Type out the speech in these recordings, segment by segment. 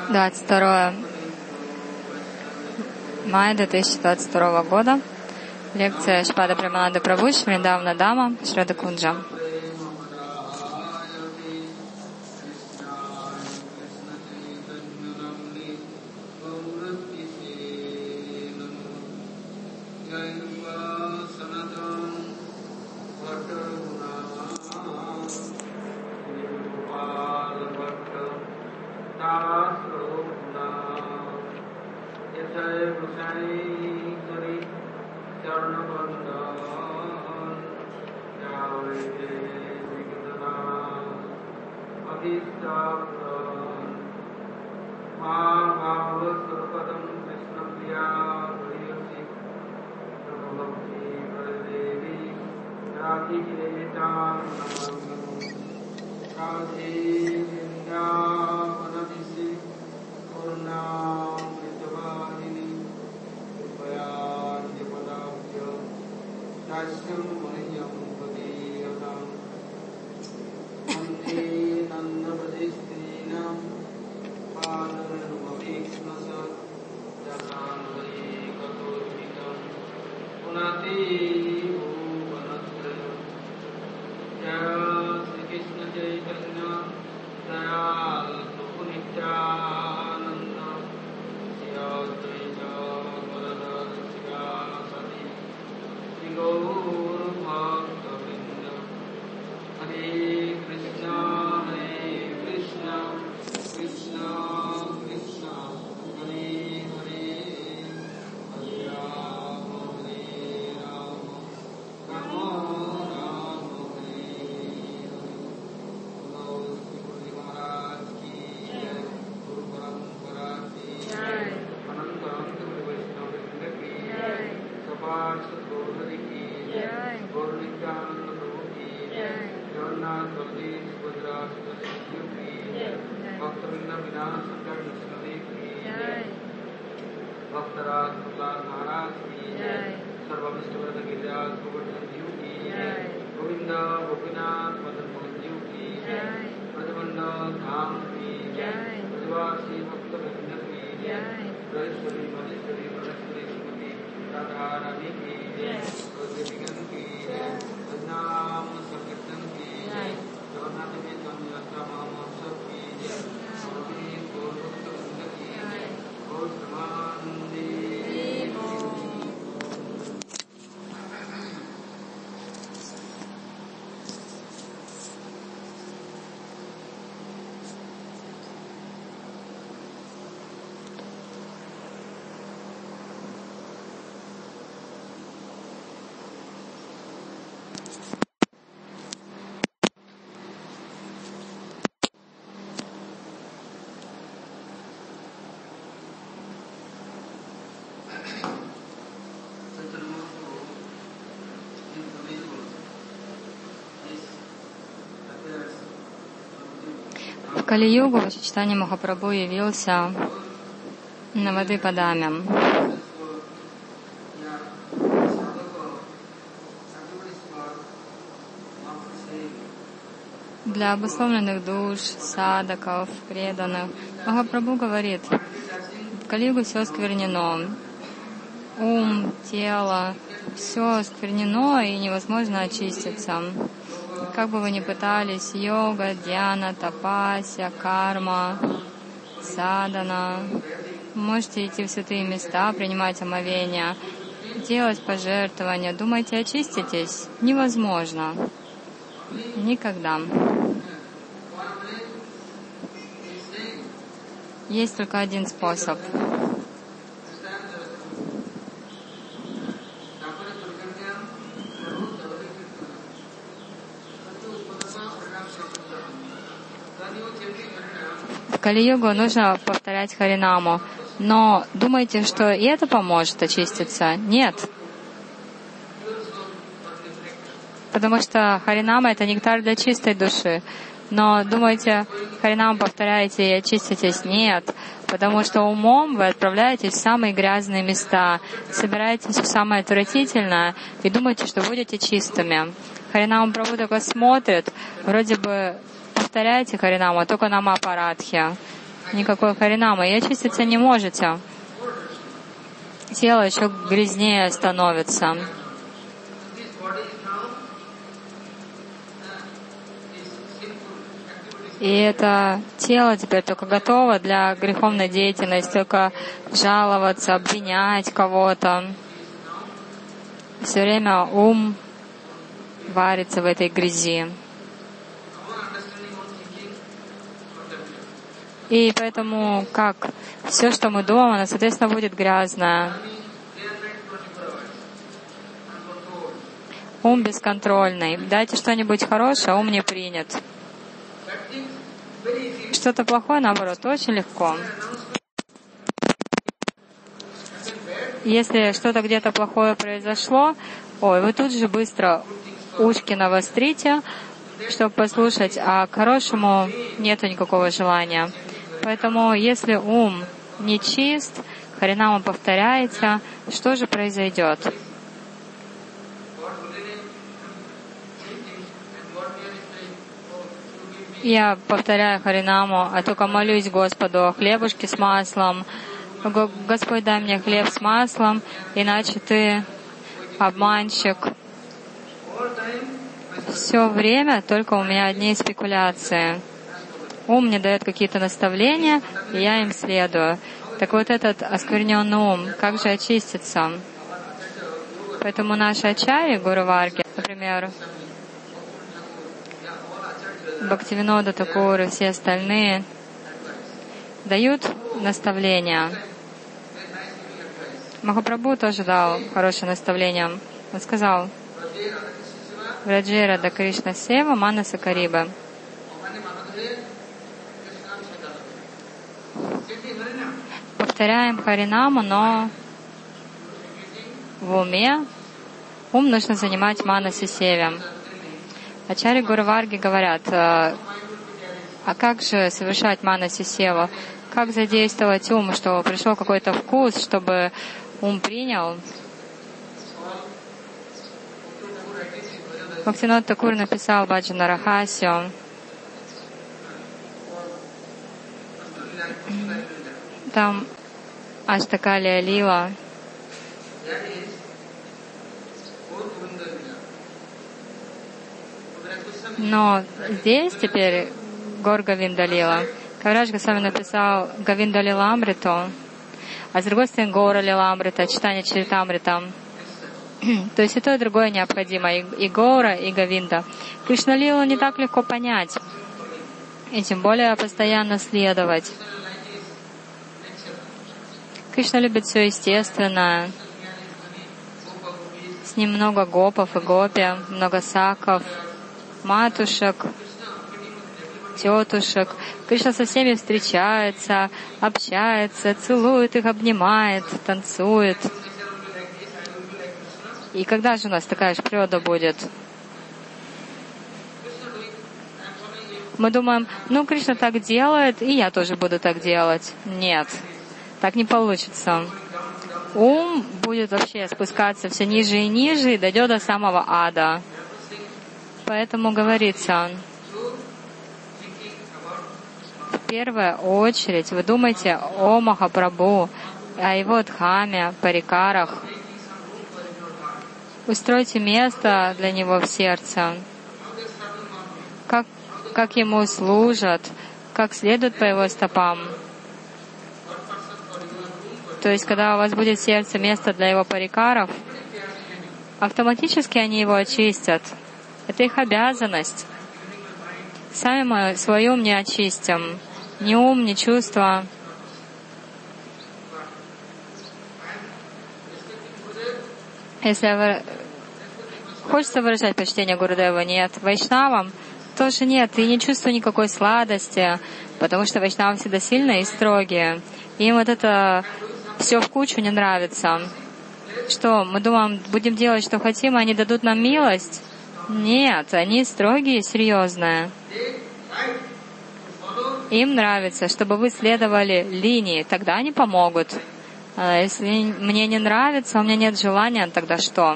22 мая 2022 года. Лекция Шпада Премананды Прабhu, Шридавна Дама, Шрада Кунджа. В Кали-югу Чайтанья Махапрабху явился Навадвипадами. Для обусловленных душ, садаков, преданных. Махапрабху говорит, в Кали-югу все осквернено. Ум, тело, все осквернено и невозможно очиститься. Как бы вы ни пытались, йога, дьяна, тапасия, карма, садана, можете идти в святые места, принимать омовения, делать пожертвования. Думаете, очиститесь? Невозможно. Никогда. Есть только один способ. В Кали-югу нужно повторять Харинаму. Но думаете, что и это поможет очиститься? Нет. Потому что Харинама — это нектар для чистой души. Но думаете, Харинаму повторяете и очиститесь? Нет. Потому что умом вы отправляетесь в самые грязные места, собираетесь в самое отвратительное и думаете, что будете чистыми. Харинаму Прабху только смотрит, вроде бы повторяйте Харинаму, только на Мапарадхе. никакой харинамы, и очиститься не можете. Тело еще грязнее становится. И это тело теперь только готово для греховной деятельности, только жаловаться, обвинять кого-то. Все время ум варится в этой грязи. И поэтому, как все, что мы думаем, оно, соответственно, будет грязное. Ум бесконтрольный. Дайте что-нибудь хорошее, ум не принят. Что-то плохое, наоборот, очень легко. Если что-то где-то плохое произошло, вы тут же быстро ушки навострите, чтобы послушать, а к хорошему нету никакого желания. Поэтому, если ум не чист, харинаму повторяете, что же произойдет? Я повторяю харинаму, а только молюсь Господу о хлебушке с маслом. Господь, дай мне хлеб с маслом, иначе ты обманщик. Все время только у меня одни спекуляции. Ум мне дает какие-то наставления, и я им следую. Так вот этот оскверненный ум, как же очиститься? Поэтому наши ачарьи, Гуру Варги, например, Бхактивинода Такур и все остальные, дают наставления. Махапрабху тоже дал хорошее наставление. Он сказал: «Враджера да Кришна Сева Манаса Кариба». Повторяем харинаму, но в уме ум нужно занимать манаси севе. Ачарьи Гуру Варги говорят, а как же совершать манаси севу? Как задействовать ум, чтобы пришел какой-то вкус, чтобы ум принял? Бхактивинода Такур написал Баджана Рахасию. Там Аштакалия Лила. Но здесь теперь Гор Говинда Лила. Кавирадж Госвами написал Говинда Лиламриту, а с другой стороны Гора Лиламрита, читание Чаритамрита. То есть и то, и другое необходимо, и Гора, и Говинда. Кришна Лилу не так легко понять, и тем более постоянно следовать. Кришна любит все естественное. С ним много гопов и гопи, много саков, матушек, тетушек. Кришна со всеми встречается, общается, целует их, обнимает, танцует. И когда же у нас такая же природа будет? Мы думаем, Кришна так делает, и я тоже буду так делать. Нет, так не получится. Ум будет вообще спускаться все ниже и ниже, и дойдет до самого ада. Поэтому говорится, в первую очередь вы думаете о Махапрабху, о его дхаме, парикарах. Устройте место для него в сердце. Как ему служат, как следуют по его стопам. То есть, когда у вас будет в сердце место для его парикаров, автоматически они его очистят. Это их обязанность. Сами мы свой ум не очистим. Ни ум, ни чувства. Если хочется выражать почтение Гурудеву, нет. Вайшнавам тоже нет. И не чувствую никакой сладости, потому что вайшнавы всегда сильные и строгие. Им вот это все в кучу не нравится. Что, мы думаем, будем делать, что хотим, и они дадут нам милость? Нет, они строгие, серьезные. Им нравится, чтобы вы следовали линии, тогда они помогут. А если мне не нравится, у меня нет желания, тогда что?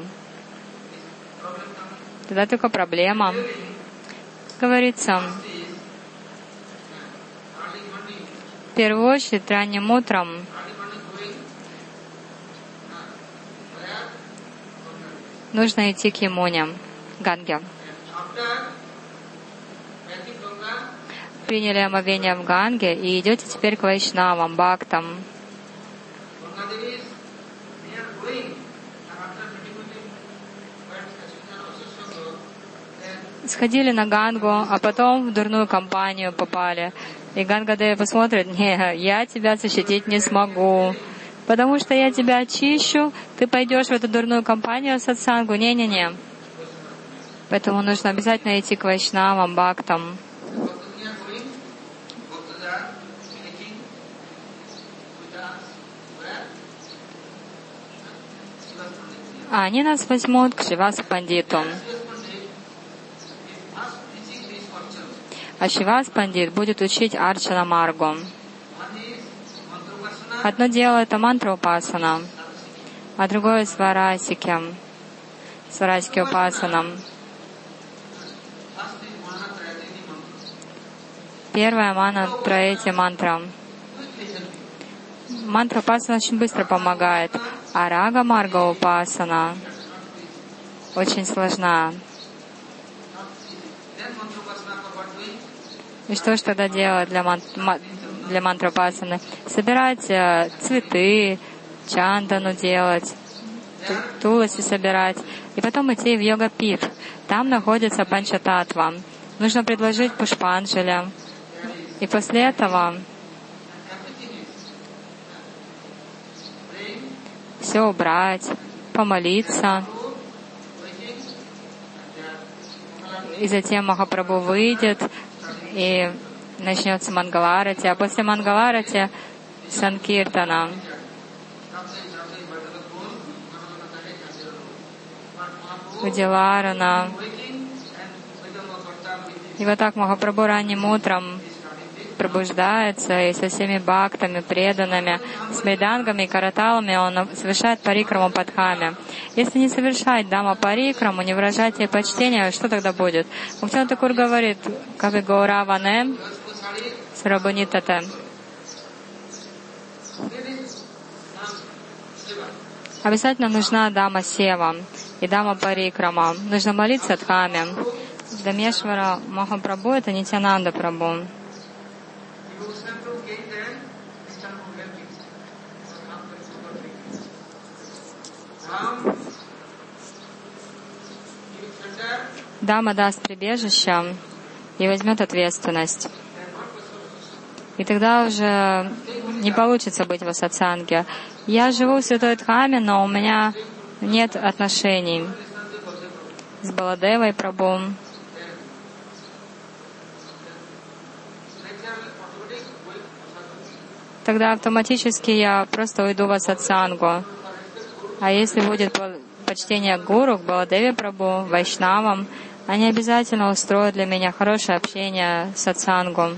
Тогда только проблема. Говорится, В первую очередь, ранним утром нужно идти к Ямуне, Ганге. Приняли омовение в Ганге и идете теперь к Вайшнавам, Бхактам. Сходили на Гангу, а потом в дурную компанию попали. И Ганга-деви посмотрит: не, я тебя защитить не смогу, потому что я тебя очищу, ты пойдешь в эту дурную компанию сатсангу. Не-не-не. Поэтому нужно обязательно идти к Вайшнавам, Бхактам. А они нас возьмут к Шривасу Пандиту. А Шривас Пандит будет учить Арчана Маргу. Одно дело — это мантра-упасана, а другое — сварасики, сварасики упасана. Первая мана траэти мантра. Мантра упасана очень быстро помогает, а рага марга упасана очень сложна. И что же тогда делать для мантрапасаны? Собирать цветы, чандану делать, туласи собирать, и потом идти в йога-пит. Там находится панчататва. Нужно предложить пушпанджали. И после этого все убрать, помолиться. И затем Махапрабху выйдет, и начнется Мангаларати, а после Мангаларати Санкиртана. Удиларана. И вот так Махапрабху ранним утром пробуждается, и со всеми бхактами, преданными, с мридангами и караталами он совершает парикраму Падхами. Если не совершать дама парикраму, не выражать ей почтения, что тогда будет? Бхактивинода Тхакур говорит: «Кави гаураване срабунитате». Обязательно нужна дама сева и дама парикрама. Нужно молиться Дхаме. Дамешвара Махапрабху — это Нитьянанда Прабху. Дама даст прибежище и возьмет ответственность. И тогда уже не получится быть в сатсанге. Я живу в Святой Дхаме, но у меня нет отношений с Баладевой Прабху. Тогда автоматически я просто уйду в сатсангу. А если будет почтение к гуру, к Баладеве Прабху, вайшнавам, они обязательно устроят для меня хорошее общение с сатсангом.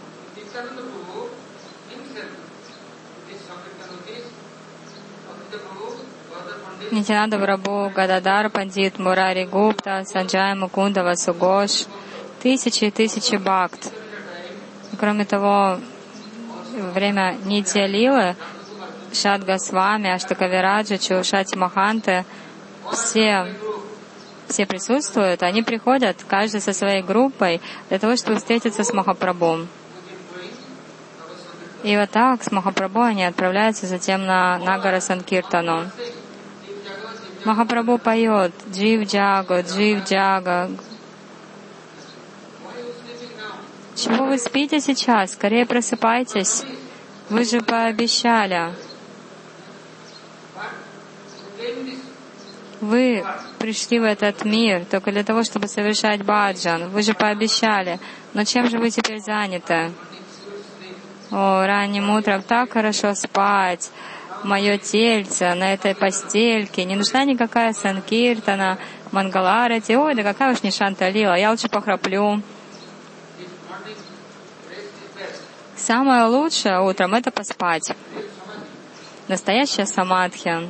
Нитьянанда Прабху, Гададар Пандит, Мурари Гупта, Санджай Мукунда, Васугош, тысячи и тысячи бхакт. Кроме того, во время Нитья Лилы Шад Госвами, Аштакавираджа, Чаушати Маханты, все присутствуют, они приходят, каждый со своей группой, для того, чтобы встретиться с Махапрабху. И вот так с Махапрабху они отправляются затем на Нагара Санкиртану. Махапрабху поет «Джив Джага, Джив Джага». Чего вы спите сейчас? Скорее просыпайтесь. Вы же пообещали. Вы пришли в этот мир только для того, чтобы совершать баджан. Вы же пообещали. Но чем же вы теперь заняты? О, ранним утром так хорошо спать. Мое тельце на этой постельке. Не нужна никакая санкиртана, мангаларати. Ой, да какая уж не шанталила. Я лучше похраплю. Самое лучшее утром — это поспать. Настоящая самадхи.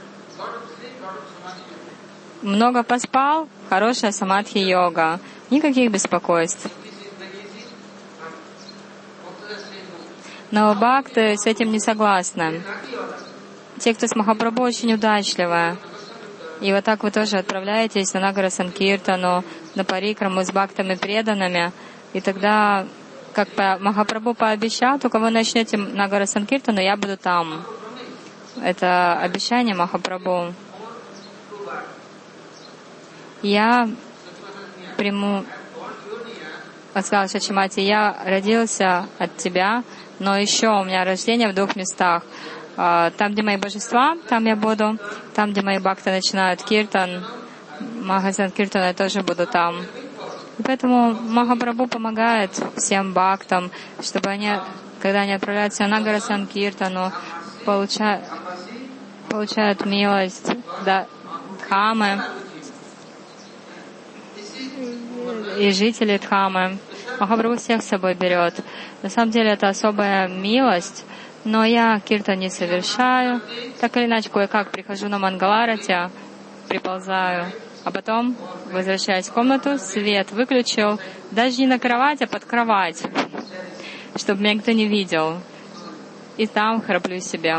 Много поспал — хорошая самадхи-йога. Никаких беспокойств. Но бхакты с этим не согласны. Те, кто с Махапрабху, очень удачливы. И вот так вы тоже отправляетесь на Нагара Санкиртану, на парикраму с бхактами преданными. И тогда, как Махапрабху пообещал, только вы начнете Нагара Санкиртану, я буду там. Это обещание Махапрабху. Я приму, сказал Шачимати, я родился от тебя, но еще у меня рождение в 2 местах. Там, где мои божества, там я буду. Там, где мои бхакты начинают киртан, Махасан Киртан, я тоже буду там. И поэтому Махапрабху помогает всем бхактам, чтобы они, когда они отправляются на Нагара Санкиртану, получают милость Дхамы и жители Дхамы. Махапрабху всех с собой берет. На самом деле это особая милость, но я киртан не совершаю. Так или иначе, кое-как прихожу на Мангаларати, приползаю, а потом возвращаюсь в комнату, свет выключил, даже не на кровать, а под кровать, чтобы меня никто не видел. И там храплю себе.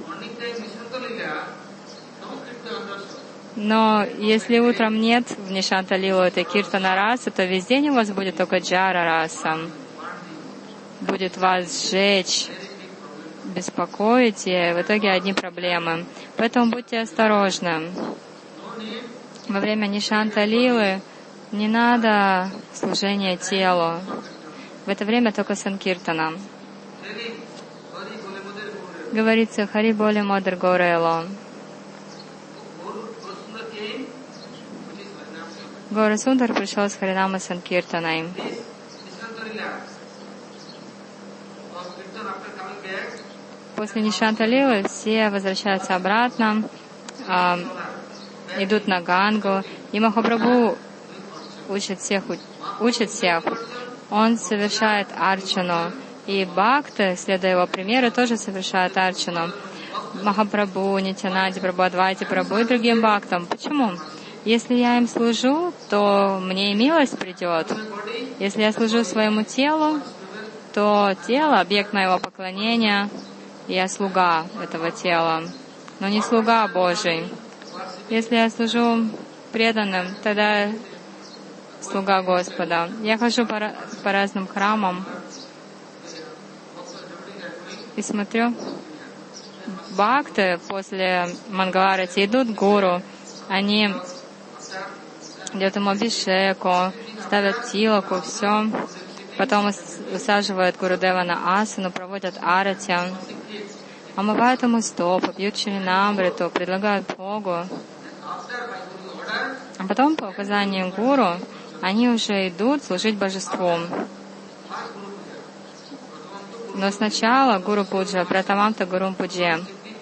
Но если утром нет в Нишанта Лилу этой киртана расы, то весь день у вас будет только джара раса. Будет вас сжечь, беспокоить, и в итоге одни проблемы. Поэтому будьте осторожны. Во время Нишанта Лилы не надо служения телу. В это время только санкиртана. Говорится Хари Боли Модер Горело. Гора Сундар пришел с Харинама Санкиртаной. После Нишанта Лилы все возвращаются обратно, идут на Гангу, и Махапрабху учит всех. Он совершает арчану, и бхакты, следуя его примеру, тоже совершают арчану. Махапрабху, Нитьянанди Прабху, Адвайти Прабху и другим бхактам. Почему? Если я им служу, то мне и милость придет. Если я служу своему телу, то тело — объект моего поклонения, и я слуга этого тела, но не слуга Божий. Если я служу преданным, тогда я слуга Господа. Я хожу по разным храмам и смотрю, бхакты после Мангаларати идут к гуру, они делают ему абхишеку, ставят тилаку, все. Потом усаживают Гурудева на асану, проводят арати, омывают ему стопы, пьют чаринамриту, предлагают Богу. А потом, по указанию гуру, они уже идут служить божеству. Но сначала гуру пуджа, пратамамта гурум пудже.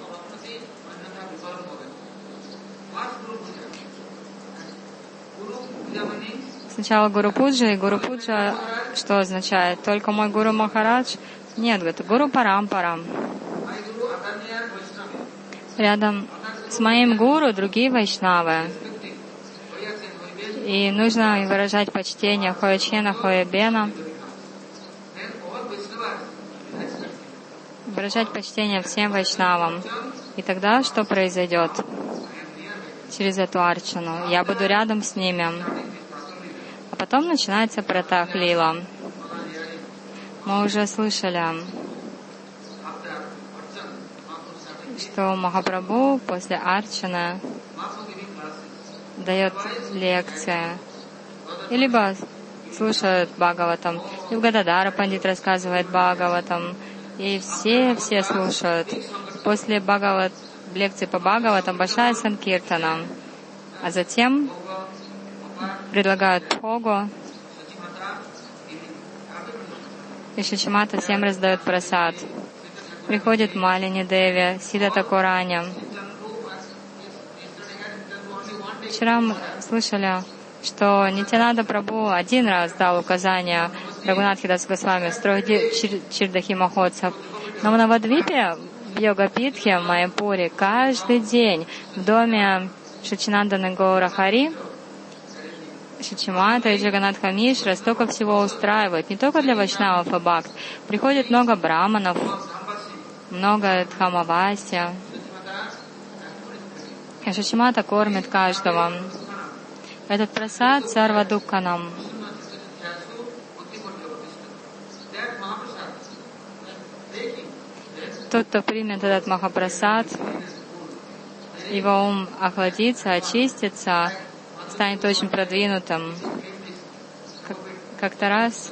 Сначала Гуру Пуджа, и Гуру Пуджа что означает? Только мой Гуру Махарадж? Нет, это Гуру Парампарам. Рядом с моим Гуру другие вайшнавы. И нужно выражать почтение Хоячена, Хоябена. Выражать почтение всем вайшнавам. И тогда что произойдет? Через эту арчану. Я буду рядом с ними. А потом начинается Пратах Лила. Мы уже слышали, что Махапрабху после арчаны дает лекции. И либо слушают Бхагаватам, и Гададара Пандит рассказывает Бхагаватам, и все слушают. После лекции по Бхагаватам большая санкиртана, а затем предлагают Богу, и Шачимата всем раздает прасад. Приходит Малини Деви, Сиддхата Курани. Вчера мы слышали, что Нитьянанда Прабху один раз дал указание Рагунатхи Дасу Госвами строить Чирдахи Махотсав. Но в Навадвипе, в Йогапитхе, в Майяпуре, каждый день в доме Шачинанданы Гаура Хари Шичимата и Джаганатха Мишра столько всего устраивают, не только для вайшнавов и бхакт. Приходит много браманов, много дхамаваси. И Шичимата кормит каждого. Этот прасад сарвадукканам. Тот, кто примет этот махапрасад, его ум охладится, очистится, станет очень продвинутым. Как-то раз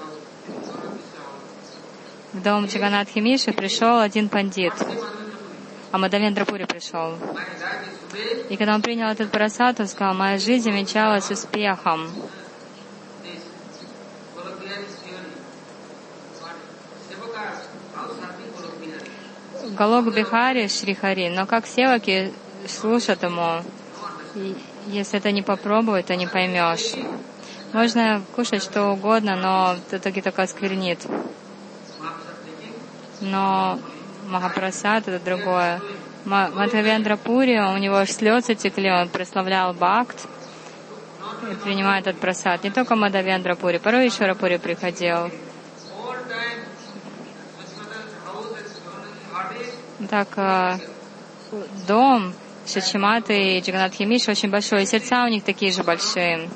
в дом Джаганатхи Миши пришел один пандит, а Мадхавендра-пури пришел. И когда он принял этот прасад, он сказал: моя жизнь замечалась успехом. Галок Бихари Шрихари, но как севаки слушают ему, и если это не попробовать, то не поймешь. Можно кушать что угодно, но в итоге только осквернит. Но Махапрасад — это другое. Мадхавендра-пури, у него аж слезы текли, он прославлял бхакт и принимает этот прасад. Не только Мадхавендра-пури, порой Ишвара-пури приходил. Так, дом Шичиматы и Джаганатхи Миши очень большой, и сердца у них такие же большие.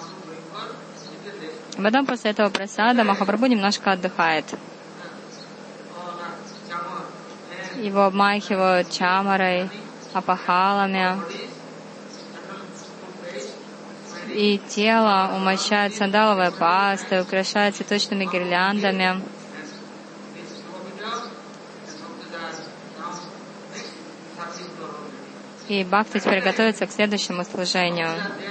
Потом после этого прасада Махапрабху немножко отдыхает. Его обмахивают чамарой, апахалами, и тело умощают сандаловой пастой, украшают цветочными гирляндами. И бхакты теперь готовятся к следующему служению.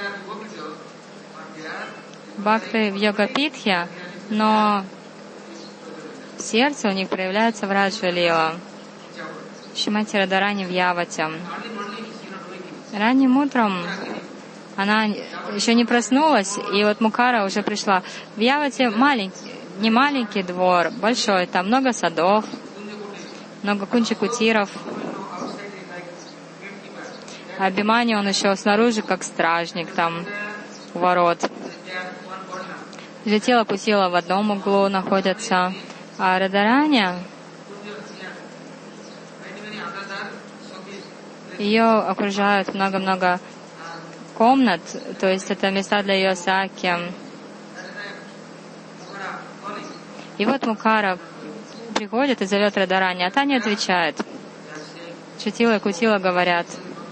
Бхакты в йога-питхе, но сердце у них проявляется в Раджа-лила. Шримати Радарани в Явате. Ранним утром она еще не проснулась, и вот Мукара уже пришла. В Явате не маленький двор, большой, там много садов, много кунчи-кутиров. А Абхимани, он еще снаружи, как стражник там у ворот. Джатила Кутила в одном углу находятся, а Радарани, ее окружают много-много комнат, то есть это места для ее саки. И вот Мукара приходит и зовет Радарани, а та не отвечает. Джатила и Кутила говорят.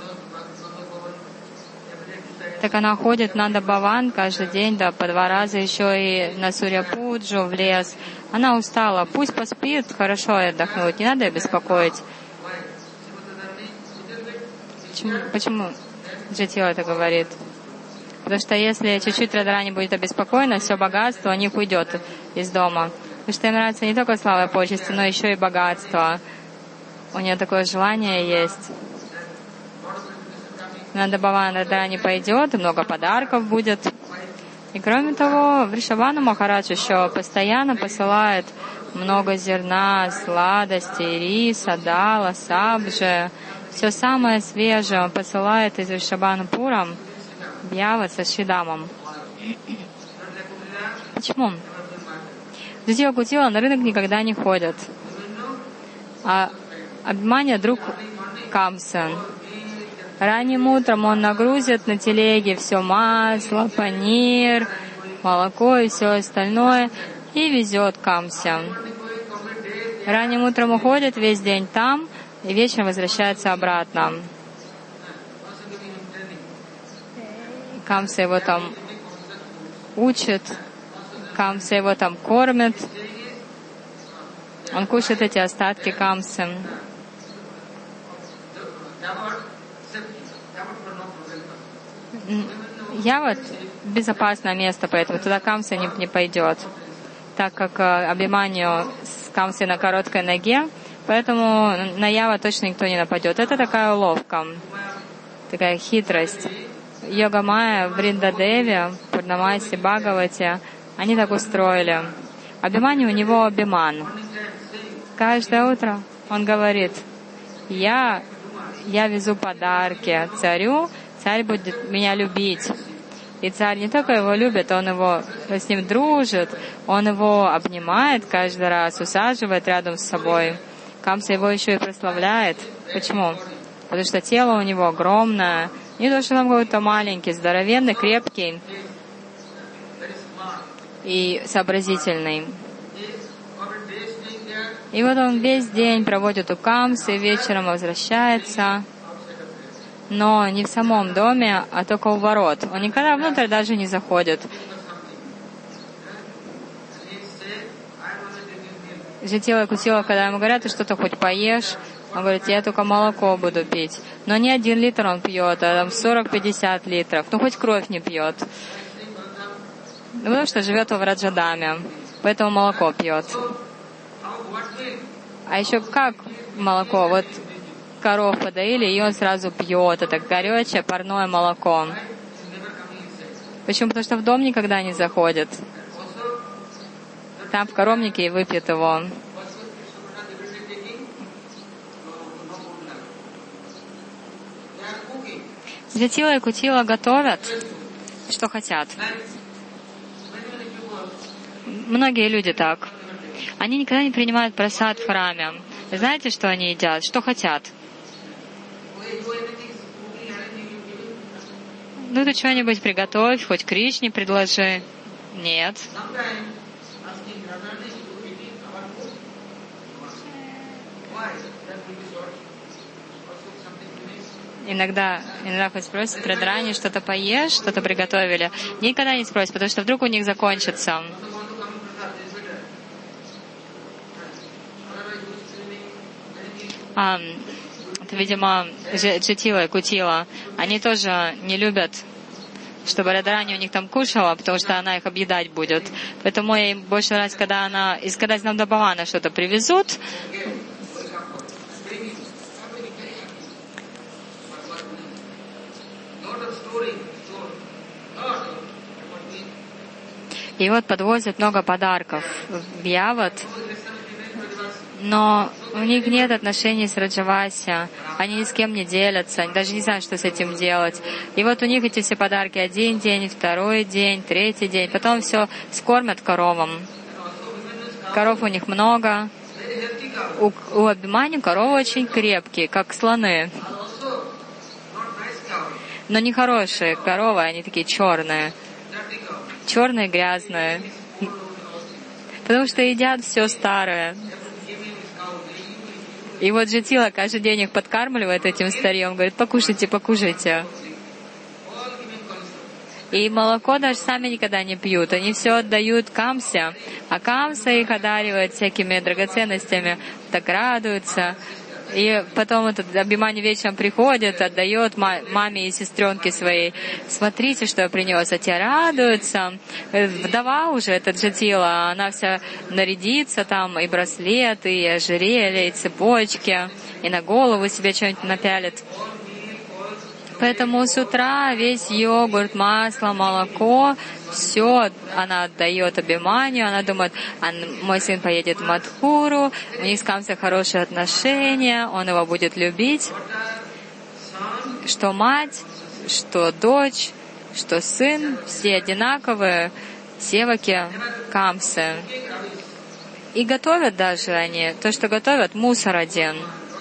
Так она ходит на Нанда-бхаван каждый день, да, по 2 раза, еще и на Сурья-пуджу, в лес. Она устала. Пусть поспит, хорошо отдохнуть, не надо ее беспокоить. Почему Джатила это говорит? Потому что если чуть-чуть Радарани будет обеспокоена, все богатство у них уйдет из дома. Потому что им нравится не только слава и почести, но еще и богатство. У нее такое желание есть. Нанда-бхаван Радарани пойдет, много подарков будет. И кроме того, Вришабхану Махарадж еще постоянно посылает много зерна, сладостей, риса, дала, сабжи. Все самое свежее он посылает из Вришабханупура в Яват со Шридамом. Почему? Джатила Кутила на рынок никогда не ходят. А Абхимани — друг Камсы. Ранним утром он нагрузит на телеге все масло, панир, молоко и все остальное и везет к Камсе. Ранним утром уходит, весь день там, и вечером возвращается обратно. Камса его там учит, Камса его там кормит. Он кушает эти остатки Камсы. Яват — безопасное место, поэтому туда Камса не пойдет, так как Абхиманию с Камсой на короткой ноге, поэтому на Яват точно никто не нападет. Это такая уловка, такая хитрость. Йога-майя, Вриндадеви, Пурнамаси, Бхагавати, они так устроили. Абхимани, у него абхиман. Каждое утро он говорит: я везу подарки царю, царь будет меня любить. И царь не только его любит, он его с ним дружит, он его обнимает каждый раз, усаживает рядом с собой. Камса его еще и прославляет. Почему? Потому что тело у него огромное. Не то, что он какой-то маленький, здоровенный, крепкий и сообразительный. И вот он весь день проводит у Камсы, вечером возвращается, но не в самом доме, а только у ворот. Он никогда внутрь даже не заходит. Джатила и Кутила, когда ему говорят, ты что-то хоть поешь, он говорит, я только молоко буду пить. Но не 1 литр он пьет, а там 40-50 литров. Ну, хоть кровь не пьет. Потому что живет во Враджадаме, поэтому молоко пьет. А еще как молоко? Вот коров подоили, и он сразу пьет. Это горячее парное молоко. Почему? Потому что в дом никогда не заходит. Там в коровнике и выпьет его. Джатила и Кутила готовят, что хотят. Многие люди так. Они никогда не принимают прасад в храме. Вы знаете, что они едят? Что хотят? Ну, ты что-нибудь приготовь, хоть Кришне предложи. Нет. Иногда хоть спросят, Радрани, что-то поешь, что-то приготовили. Никогда не спросят, потому что вдруг у них закончится. Это, видимо, Джатила и Кутила. Они тоже не любят, чтобы Радарани у них там кушала, потому что она их объедать будет. Поэтому ей больше нравится, когда из Нандабавана что-то привезут. И вот подвозят много подарков в Яват, но у них нет отношений с Раджаваси, они ни с кем не делятся, они даже не знают, что с этим делать. И вот у них эти все подарки 1 день, 2 день, 3 день, потом все скормят коровам. Коров у них много. У Абхиманю коровы очень крепкие, как слоны. Но не хорошие коровы, они такие черные. Черные, грязные. Потому что едят все старое. И вот Джатила каждый день их подкармливает этим старьем, говорит, покушайте, покушайте. И молоко даже сами никогда не пьют. Они все отдают Камсе, а Камса их одаривает всякими драгоценностями, так радуются. И потом этот Абхиманю вечером приходит, отдает маме и сестренке своей. Смотрите, что я принес. А те радуются. Вдова уже, эта Джатила, она вся нарядится там, и браслеты, и ожерелья, и цепочки, и на голову себе что-нибудь напялит. Поэтому с утра весь йогурт, масло, молоко, все она отдает Абхиманю. Она думает, мой сын поедет в Мадхуру, у них с Камсой хорошие отношения, он его будет любить. Что мать, что дочь, что сын, все одинаковые, севаки Камсы. И готовят даже они, то, что готовят, мусор один.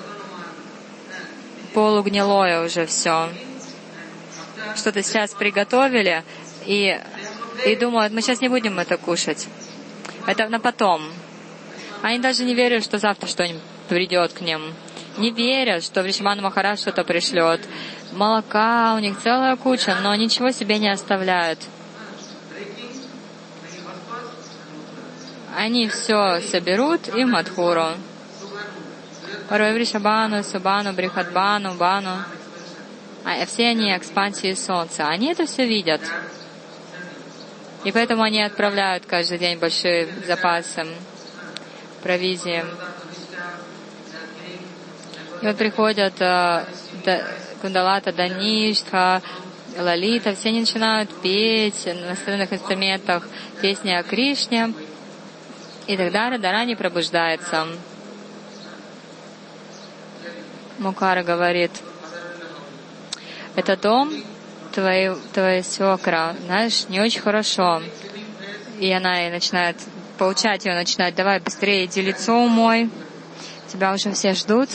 Полугнилое уже все. Что-то сейчас приготовили и думают, мы сейчас не будем это кушать. Это на потом. Они даже не верят, что завтра что-нибудь придет к ним. Не верят, что Вришабхану Махарадж что-то пришлет. Молока у них целая куча, но ничего себе не оставляют. Они все соберут и в Мадхуру. Вришабхану, Субану, Брихадбану, Бану. А все они экспансии солнца. Они это все видят. И поэтому они отправляют каждый день большие запасы провизии. И вот приходят Кундалата, Даништха, Лалита, все они начинают петь на струнных инструментах песни о Кришне. И тогда Радарани пробуждается. Мукара говорит, это дом твоя свекра, знаешь, не очень хорошо. И она ей начинает, поучать ее начинает, давай быстрее иди лицо умой, тебя уже все ждут.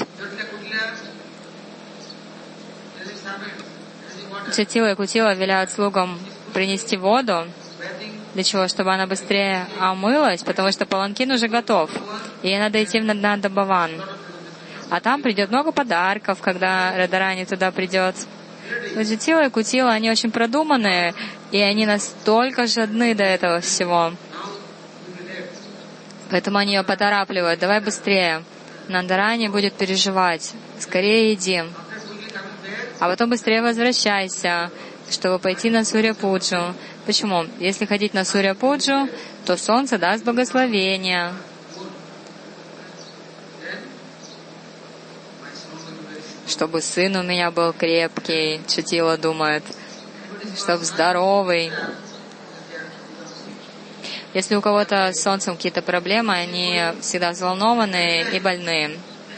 Джатила и Кутила велят слугам принести воду. Для чего? Чтобы она быстрее омылась, потому что паланкин уже готов. И ей надо идти в Нанда-Баван. А там придет много подарков, когда Радарани туда придет. Джатила и Кутила, они очень продуманные, и они настолько жадны до этого всего. Поэтому они ее поторапливают. Давай быстрее. Нандарани будет переживать. Скорее иди. А потом быстрее возвращайся, чтобы пойти на Сурья-пуджу. Почему? Если ходить на Сурья-пуджу, то солнце даст благословение. Чтобы сын у меня был крепкий, Джатила думает, чтобы здоровый. Если у кого-то с солнцем какие-то проблемы, они всегда взволнованы и больны.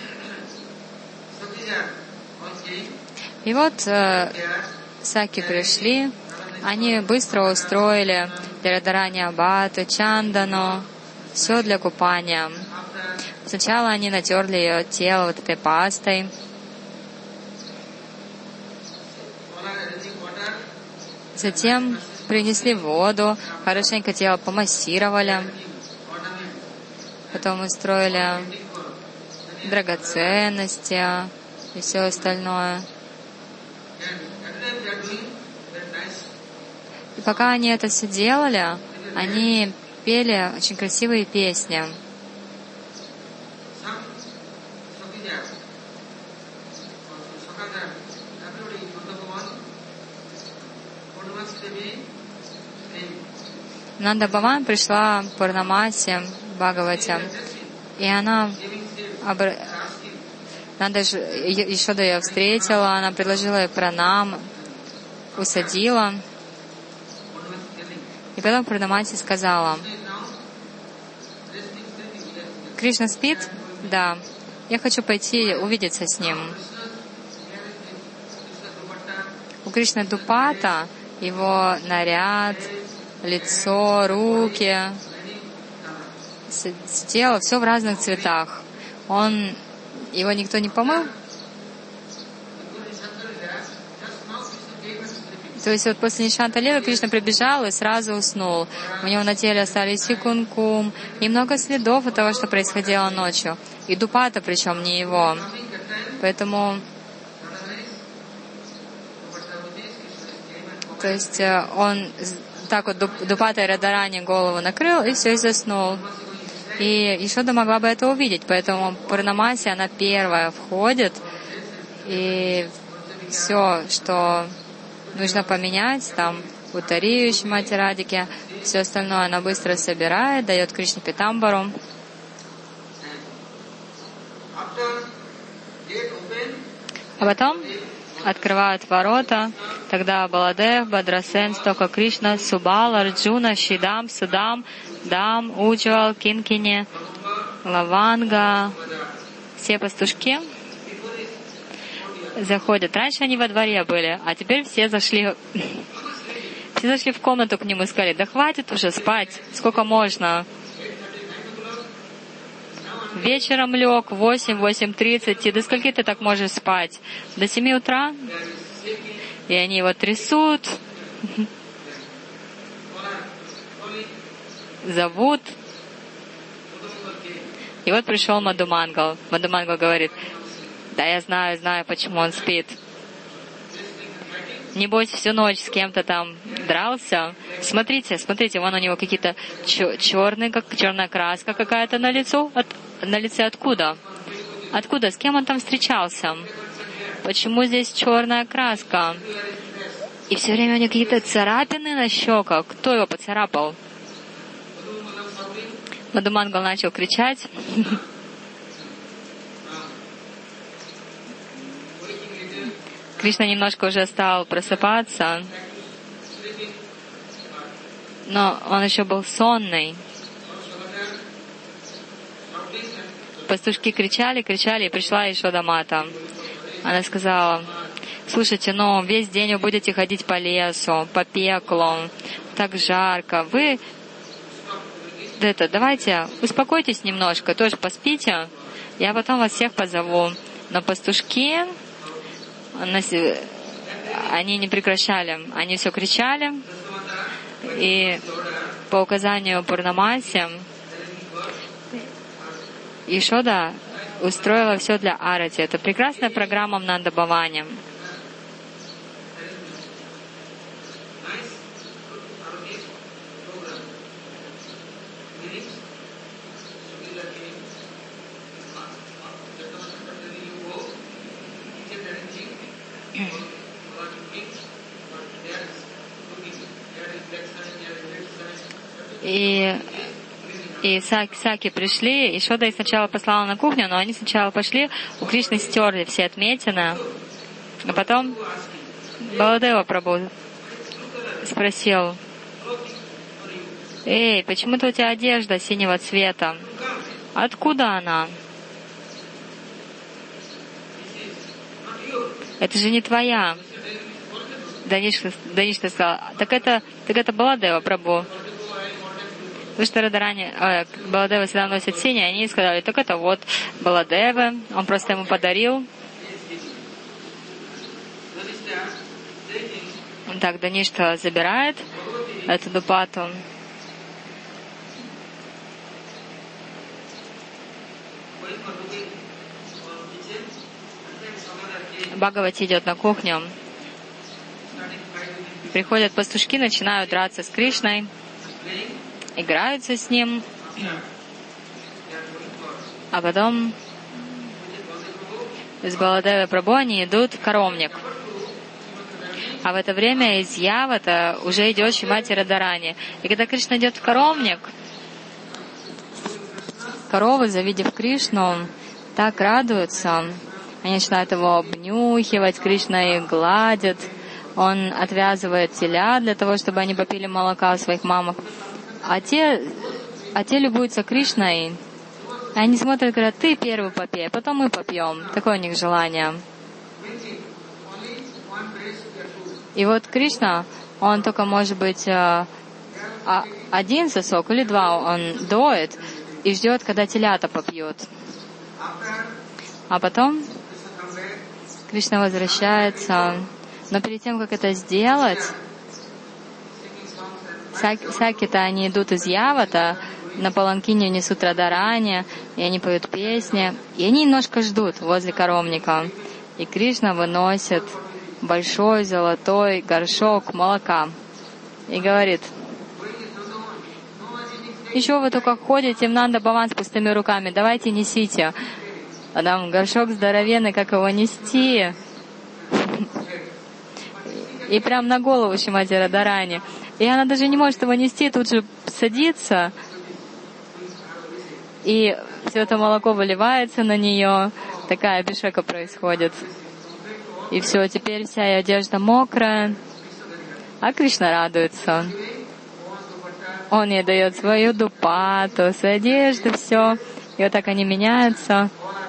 И вот Саки пришли, они быстро устроили для Радарани Аббату, Чандану, все для купания. Сначала они натерли ее тело вот этой пастой. Затем принесли воду, хорошенько тело помассировали. Потом устроили драгоценности и все остальное. И пока они это все делали, они пели очень красивые песни. Нанда-Баван пришла Пурнамаси Бхагавати, и она Нанда Ешода ее встретила, она предложила ей пранам, усадила. И потом Пурнамаси сказала: Кришна спит? Да. Я хочу пойти увидеться с ним. У Кришны дупата, его наряд, лицо, руки, тело, все в разных цветах. Его никто не помыл? То есть вот после Нишанта Лилы Кришна прибежал и сразу уснул. У него на теле остались и кункум, и много следов от того, что происходило ночью. И дупата, причем не его. Поэтому... То есть он так вот дупатой Радарани голову накрыл, и все, и заснул. И Ешода могла бы это увидеть, поэтому Пурнамаси, она первая входит, и все, что нужно поменять, там, Утарию, Шримати Радике, все остальное она быстро собирает, дает Кришне Питамбару. А потом открывают ворота, тогда Баладев, Бадрасен, Стока Кришна, Субал, Арджуна, Шидам, Судам, Дам, Уджвал, Кинкини, Лаванга, все пастушки заходят. Раньше они во дворе были, а теперь все зашли в комнату к нему и сказали: да хватит уже спать, сколько можно. Вечером лег, 8:30, и до скольки ты так можешь спать? До 7 утра? И они его трясут, зовут. И вот пришел Мадхумангал. Мадхумангал говорит: да, я знаю, почему он спит. Небось, всю ночь с кем-то там дрался. Смотрите, вон у него какие-то черная краска какая-то на лице откуда? Откуда? С кем он там встречался? Почему здесь черная краска? И все время у него какие-то царапины на щеках. Кто его поцарапал? Мадхумангал начал кричать. Кришна немножко уже стал просыпаться, но он еще был сонный. Пастушки кричали, и пришла Ешода Мата. Она сказала: слушайте, но весь день вы будете ходить по лесу, по пеклу, так жарко. Вы давайте успокойтесь немножко, тоже поспите, я потом вас всех позову. Но пастушки, они не прекращали, они все кричали, и по указанию Пурнамаси Ишода устроила все для Арати. Это прекрасная программа в Нанда Бхаване. И Саки пришли, и Шода их сначала послала на кухню, но они сначала пошли, у Кришны стерли все отметины, а потом Баладева Прабху спросил: «Эй, почему-то у тебя одежда синего цвета? Откуда она? Это же не твоя». Даништа сказал: так это Баладева Прабху. Потому что Баладева всегда носит синее, они сказали: так это вот Баладева, он просто ему подарил. Так, Даништа забирает эту дупату. Бхагавати идет на кухню. Приходят пастушки, начинают драться с Кришной, играются с ним, а потом с Баладевой Прабху они идут в коровник. А в это время из Явата уже идет Шримати Радарани. И когда Кришна идет в коровник, коровы, завидев Кришну, так радуются. Они начинают его обнюхивать, Кришна их гладит. Он отвязывает телят для того, чтобы они попили молока у своих мамок. А те любуются Кришной. Они смотрят и говорят: ты первый попей, потом мы попьем. Такое у них желание. И вот Кришна, он только, может быть, один сосок или два он доит и ждет, когда телята попьют. А потом Кришна возвращается. Но перед тем, как это сделать, Саки-то они идут из Явата, на паланкине несут Радарани, и они поют песни, и они немножко ждут возле коровника. И Кришна выносит большой золотой горшок молока и говорит: еще вы только ходите в Нанда Бхаван с пустыми руками, давайте несите. А там горшок здоровенный, как его нести? И прям на голову Шримати Радарани. И она даже не может его нести, тут же садится, и все это молоко выливается на нее. Такая абхишека происходит. И все, теперь вся ее одежда мокрая. А Кришна радуется. Он ей дает свою дупату, свою одежду, все. И вот так они меняются.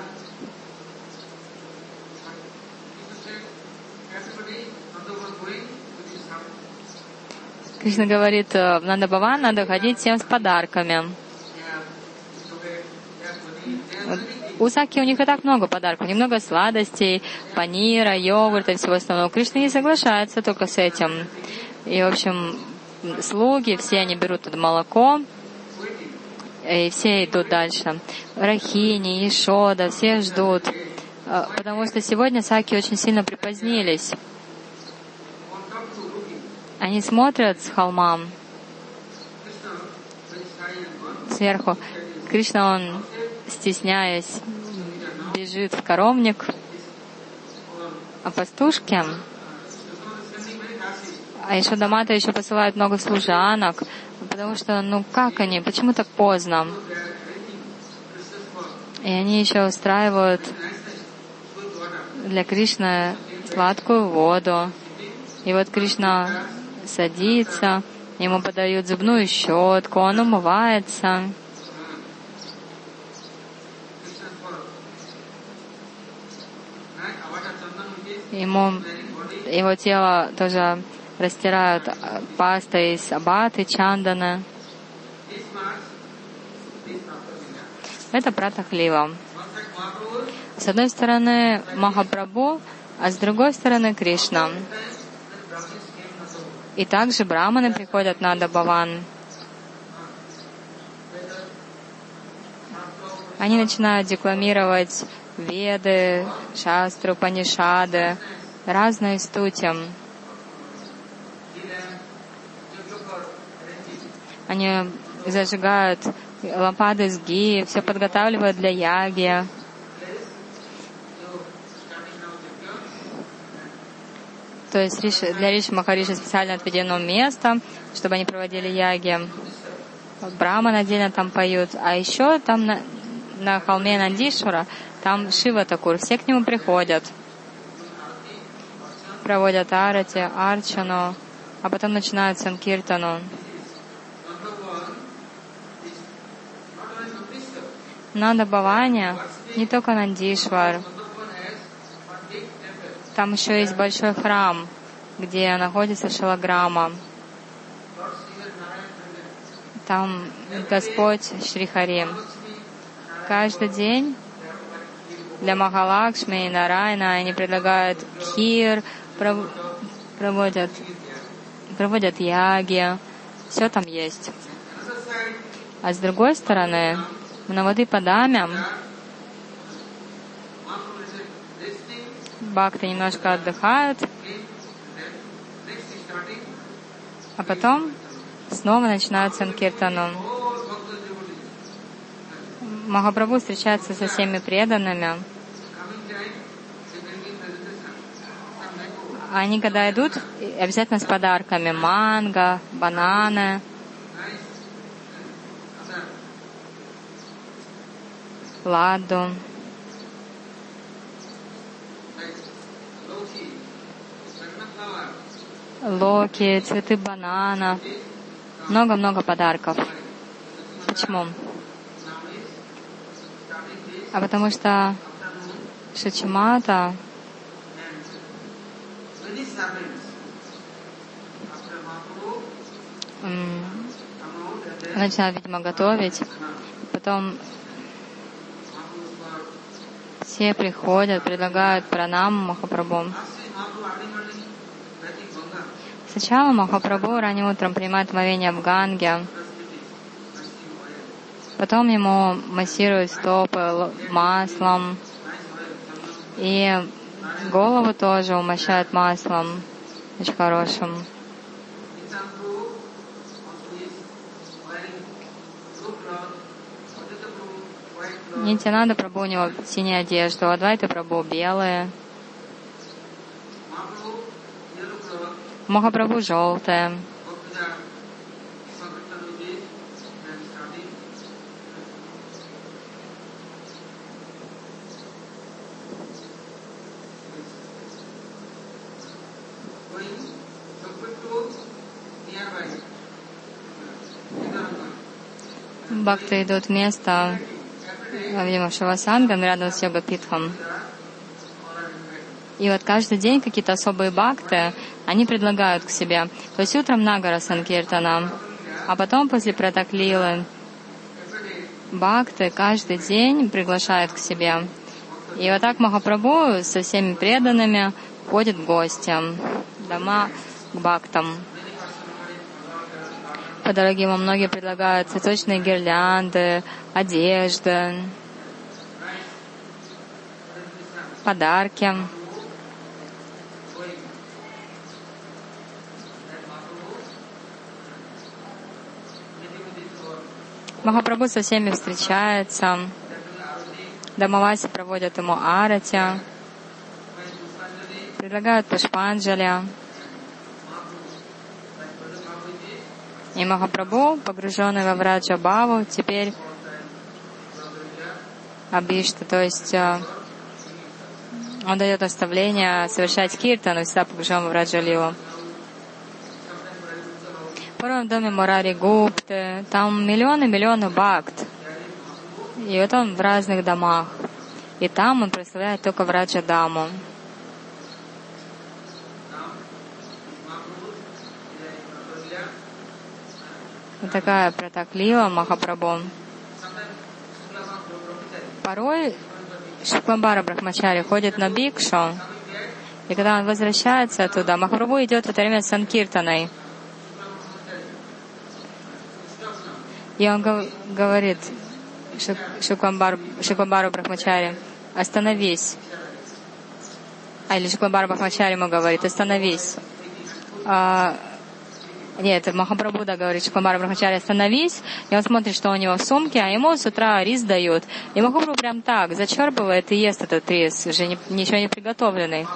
Кришна говорит, в Нанда Бхаван надо ходить всем с подарками. У Саки у них и так много подарков, немного сладостей, панира, йогурта и всего остального. Кришна не соглашается только с этим. И, в общем, слуги, все они берут это молоко, и все идут дальше. Рахини, Ишода, все ждут. Потому что сегодня Саки очень сильно припозднились. Они смотрят с холма сверху. Кришна, он, стесняясь, бежит в коровник, а пастушки, а Ишода Мата еще посылают много служанок, потому что, как они, почему так поздно? И они еще устраивают для Кришны сладкую воду. И вот Кришна садится, ему подают зубную щетку, он умывается. Ему его тело тоже растирают пастой из абаты, чанданы. Это Пратах-лила. С одной стороны Махапрабху, а с другой стороны Кришна. И также браманы приходят на Бхаван. Они начинают декламировать Веды, Шастру, Панишады, разные стути. Они зажигают лампады с ги, все подготавливают для яги. То есть для Риши Махариши специально отведено место, чтобы они проводили яги. Браманы отдельно там поют. А еще там на холме Нандишвара, там Шива Такур. Все к нему приходят. Проводят арати, арчану, а потом начинают санкиртану. На Бхаване не только Нандишвар. Там еще есть большой храм, где находится Шалаграма. Там Господь Шри Хари. Каждый день для Махалакшми и Нарайана они предлагают кхир, проводят яги. Все там есть. А с другой стороны, в Навадипадаме бхакты немножко отдыхают, а потом снова начинают санкиртану. Махапрабху встречается со всеми преданными. Они, когда идут, обязательно с подарками. Манго, бананы. Ладу. Локи, цветы банана. Много-много подарков. Почему? А потому что Шачимата начинает, видимо, готовить. Потом все приходят, предлагают пранам Махапрабху. Сначала Махапрабху ранним утром принимает омовение в Ганге. Потом ему массируют стопы маслом. И голову тоже умощают маслом, очень хорошим. Нитянанда Прабху у него синяя одежда, Адвайта Прабху белые. Махапрабху желтая. Бхакты идут в место, видимо, Шавасангам, рядом с Йога-питхом. И вот каждый день какие-то особые бхакты, они предлагают к себе. То есть утром Нагара Санкиртана, а потом после Пратак-лилы бхакты каждый день приглашают к себе. И вот так Махапрабху со всеми преданными ходит в гости, дома к бхактам. По дороге ему многие предлагают цветочные гирлянды, одежды, подарки. Махапрабху со всеми встречается. Дамаваси проводят ему арати, предлагают пушпанджали. И Махапрабху, погруженный во Враджа-бхаву, теперь Абишта, то есть он дает наставление совершать киртан, и всегда погружен в Враджа-лилу. Порой в доме Мурари Гупты, там миллионы бхакт. И вот он в разных домах. И там он прославляет только Враджа-даму. Вот такая Пратак-лила Махапрабху. Порой Шукламбара Брахмачари ходит на бикшу, и когда он возвращается оттуда, Махапрабху идет в это время с Санкиртаной. И он говорит Шукламбару Брахмачари: остановись. Или Шукламбара Брахмачари ему говорит: остановись. Нет, Махапрабху говорит Шукламбара Брахмачари: остановись. И он смотрит, что у него в сумке, а ему с утра рис дают. И Махапрабху прям так зачерпывает и ест этот рис, уже ничего не приготовленный.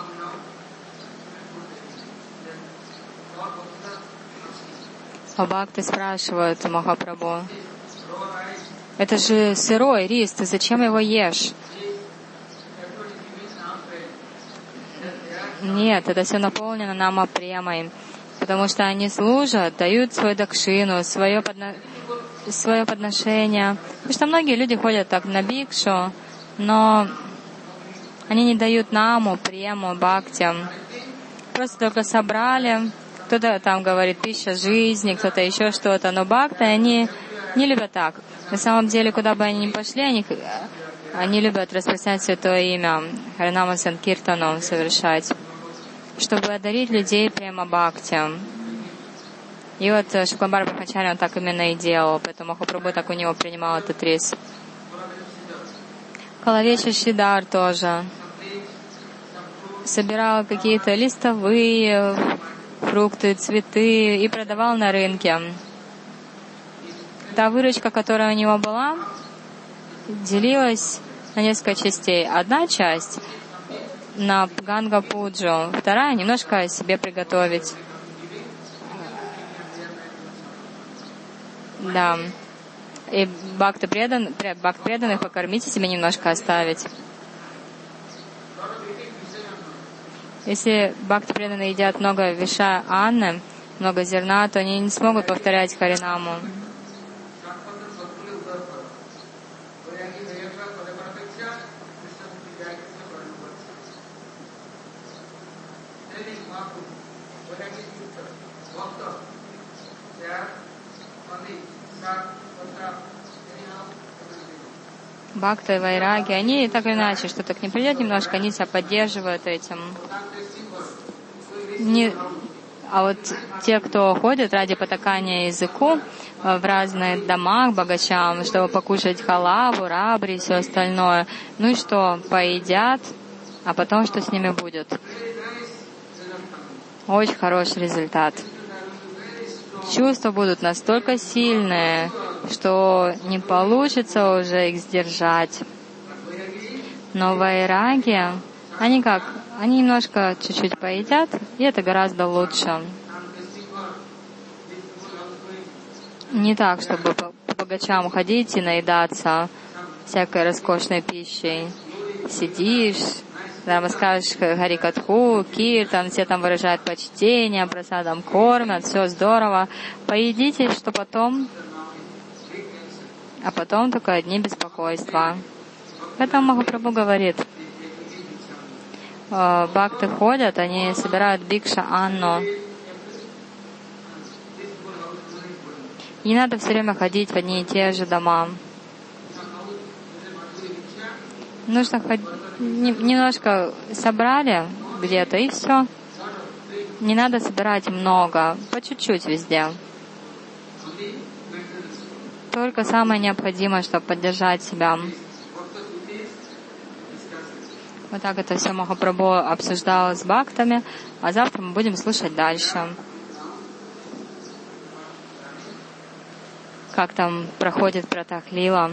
А бхакты спрашивают Махапрабху: это же сырой рис, ты зачем его ешь? Нет, это все наполнено намапремой, потому что они служат, дают свою дакшину, свое подношение. Потому что многие люди ходят так на бикшу, но они не дают наму, прему, бхактям. Просто только собрали. Кто-то там говорит пища жизни, кто-то еще что-то, но бхакты, они не любят так. На самом деле, куда бы они ни пошли, они любят распространять Святое Имя, Харинама Санкиртану совершать, чтобы одарить людей прямо бхактям. И вот Шукламбара Брахмачари, он так именно и делал, поэтому Махапрабху так у него принимал этот рис. Калавеча Шридар тоже собирал какие-то листовые фрукты, цветы и продавал на рынке. Та выручка, которая у него была, делилась на несколько частей. Одна часть на Ганга-пуджу, вторая немножко себе приготовить. Да. И бхакты преданных покормить и себе немножко оставить. Если бхакты преданные едят много виша анны, много зерна, то они не смогут повторять Харинаму. Бхакты и вайраги, они так или иначе, что-то к ним придет немножко, они себя поддерживают этим. А вот те, кто ходят ради потакания языку в разные дома к богачам, чтобы покушать халаву, рабри и все остальное, ну и что, поедят, а потом что с ними будет? Очень хороший результат. Чувства будут настолько сильные, что не получится уже их сдержать. Но вайраги, они немножко чуть-чуть поедят, и это гораздо лучше. Не так, чтобы по богачам ходить и наедаться всякой роскошной пищей. Сидишь, там скажешь Харикатху, Киртан, все там выражают почтение, просадом кормят, все здорово. Поедите, что потом, а потом только одни беспокойства. Поэтому Махапрабху говорит, бхакты ходят, они собирают бикша анну. Не надо все время ходить в одни и те же дома. Нужно немножко собрали где-то, и все. Не надо собирать много, по чуть-чуть везде. Только самое необходимое, чтобы поддержать себя. Вот так это все Махапрабху обсуждал с бхактами, а завтра мы будем слушать дальше. Как там проходит Пратак-лила.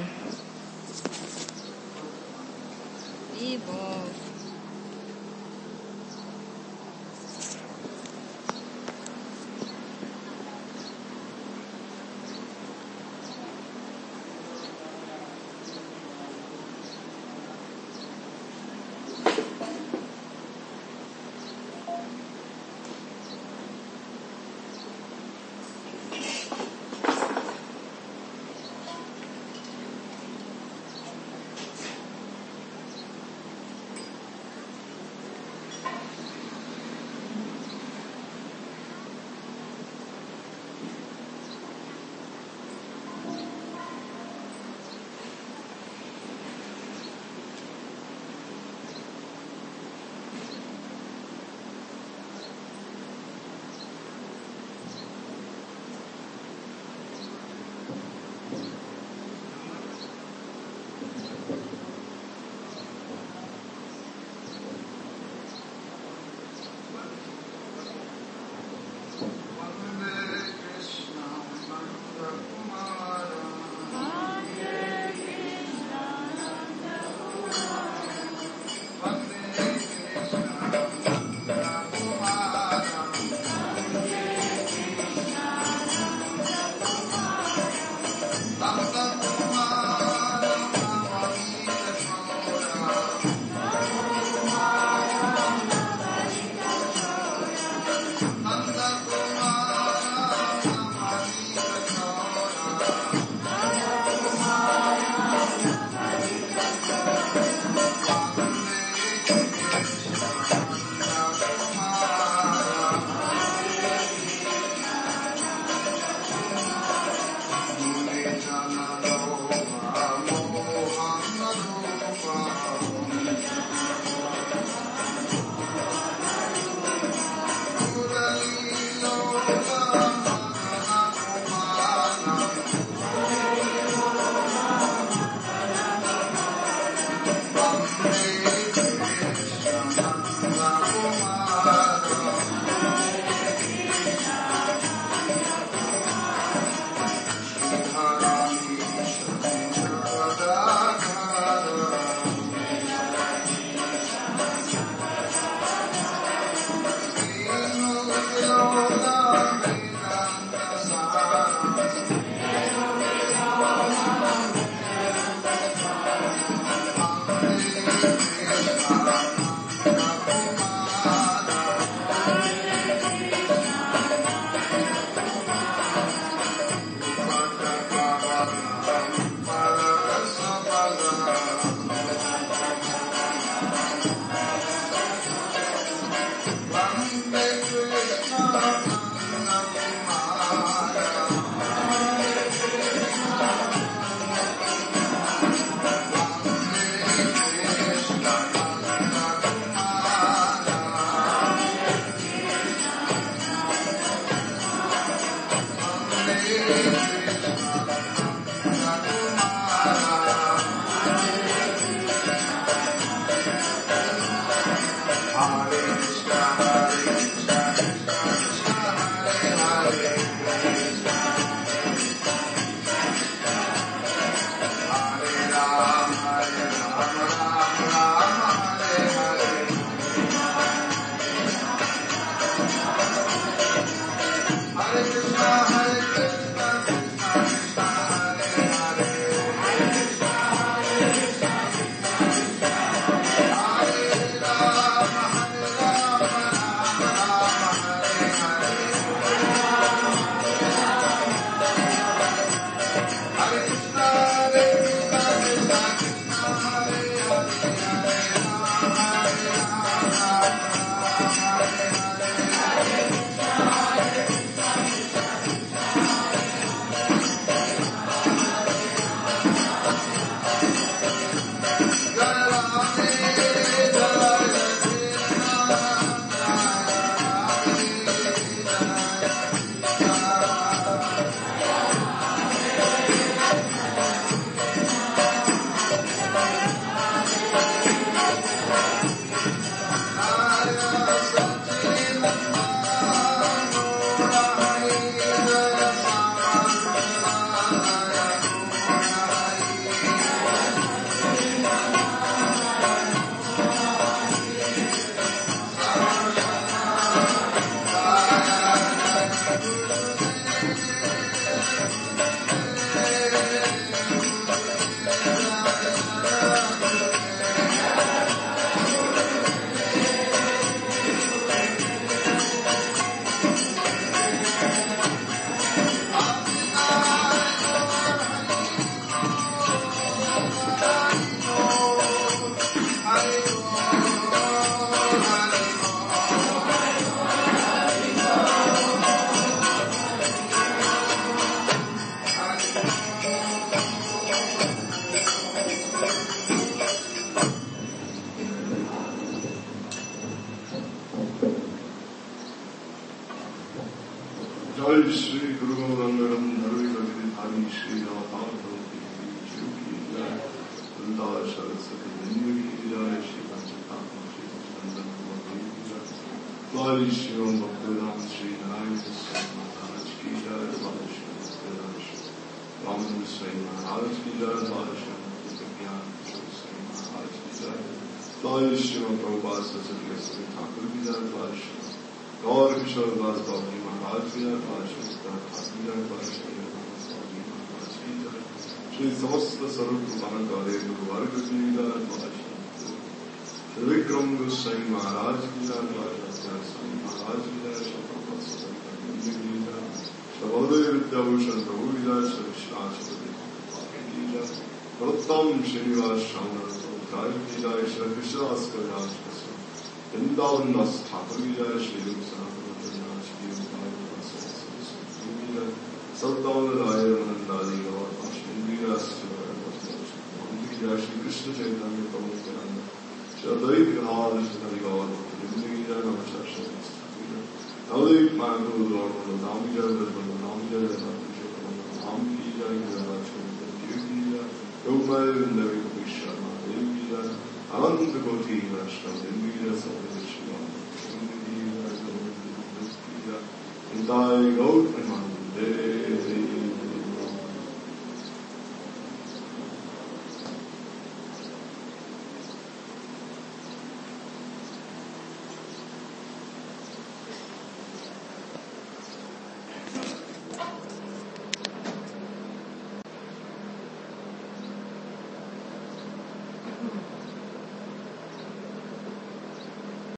Shri Radha Prabhu Ki Jai, Vrinda Saraswati Devi Ki Jai, Shri Panchatattva Shri Chandan Kumar Ki Jai, Lali Shri Om Bhaktivedanta Shri Narayan Swami Maharaj Ki Jai, Lali Shri Bhaktivedanta Shri Raman Swami Maharaj Ki Jai, Lali Shri Bhaktivedanta Swami Maharaj Ki Jai, Lali Shri Prabhupada Saraswati Goswami Thakur Ki Jai, Lali Shri Gaur Kishore Das Babaji Maharaj Ki Jai, Lali Shri Thakur Ki Jai, Lali Shri Babaji Maharaj Ki Jai, Shri Samasta Sarup Rupanakare Guru Varga Ki Jai, Lali Shri Vikram Goswami Maharaj Ki Jai, Lali Shri Swami Maharaj Ki Jai, Shri Prabhupada Saraswati Ki Jai, Shri Baladev Vidyabhushan Prabhu Ki Jai, Shri Vishnu Chakra Ki Jai, Pratam Srinivas Shamar Jai Ki Jai, Shri Krishna Askar Raj Krishna, Vrindavan Das Thakur Ki Jai, Shri Rup Sanatana Jai, Shri Vrindavan Saraswati Ki Jai, Sartama Raya Ramanandadi Gaur Shri Indira Shri Shri Krishna Chaitanya Prabhu Nityananda, Shri Advaita Gadadhar Shri Hari Gaur Ki Jai, Namaskar Shri Krishna Ki Jai, Navadvip Mahaprabhu Lord Balaram Ki Jai, Balaram Ki Jai, Balaram Ki Jai, Balaram Ki Jai, Gopal Vrindavi Kapi Sharma Dev Ki Jai, Ananta Koti Vaishnava Dev Ki Jai, Saudhi Shri Ram Ki Jai, Indai Gaur Premanande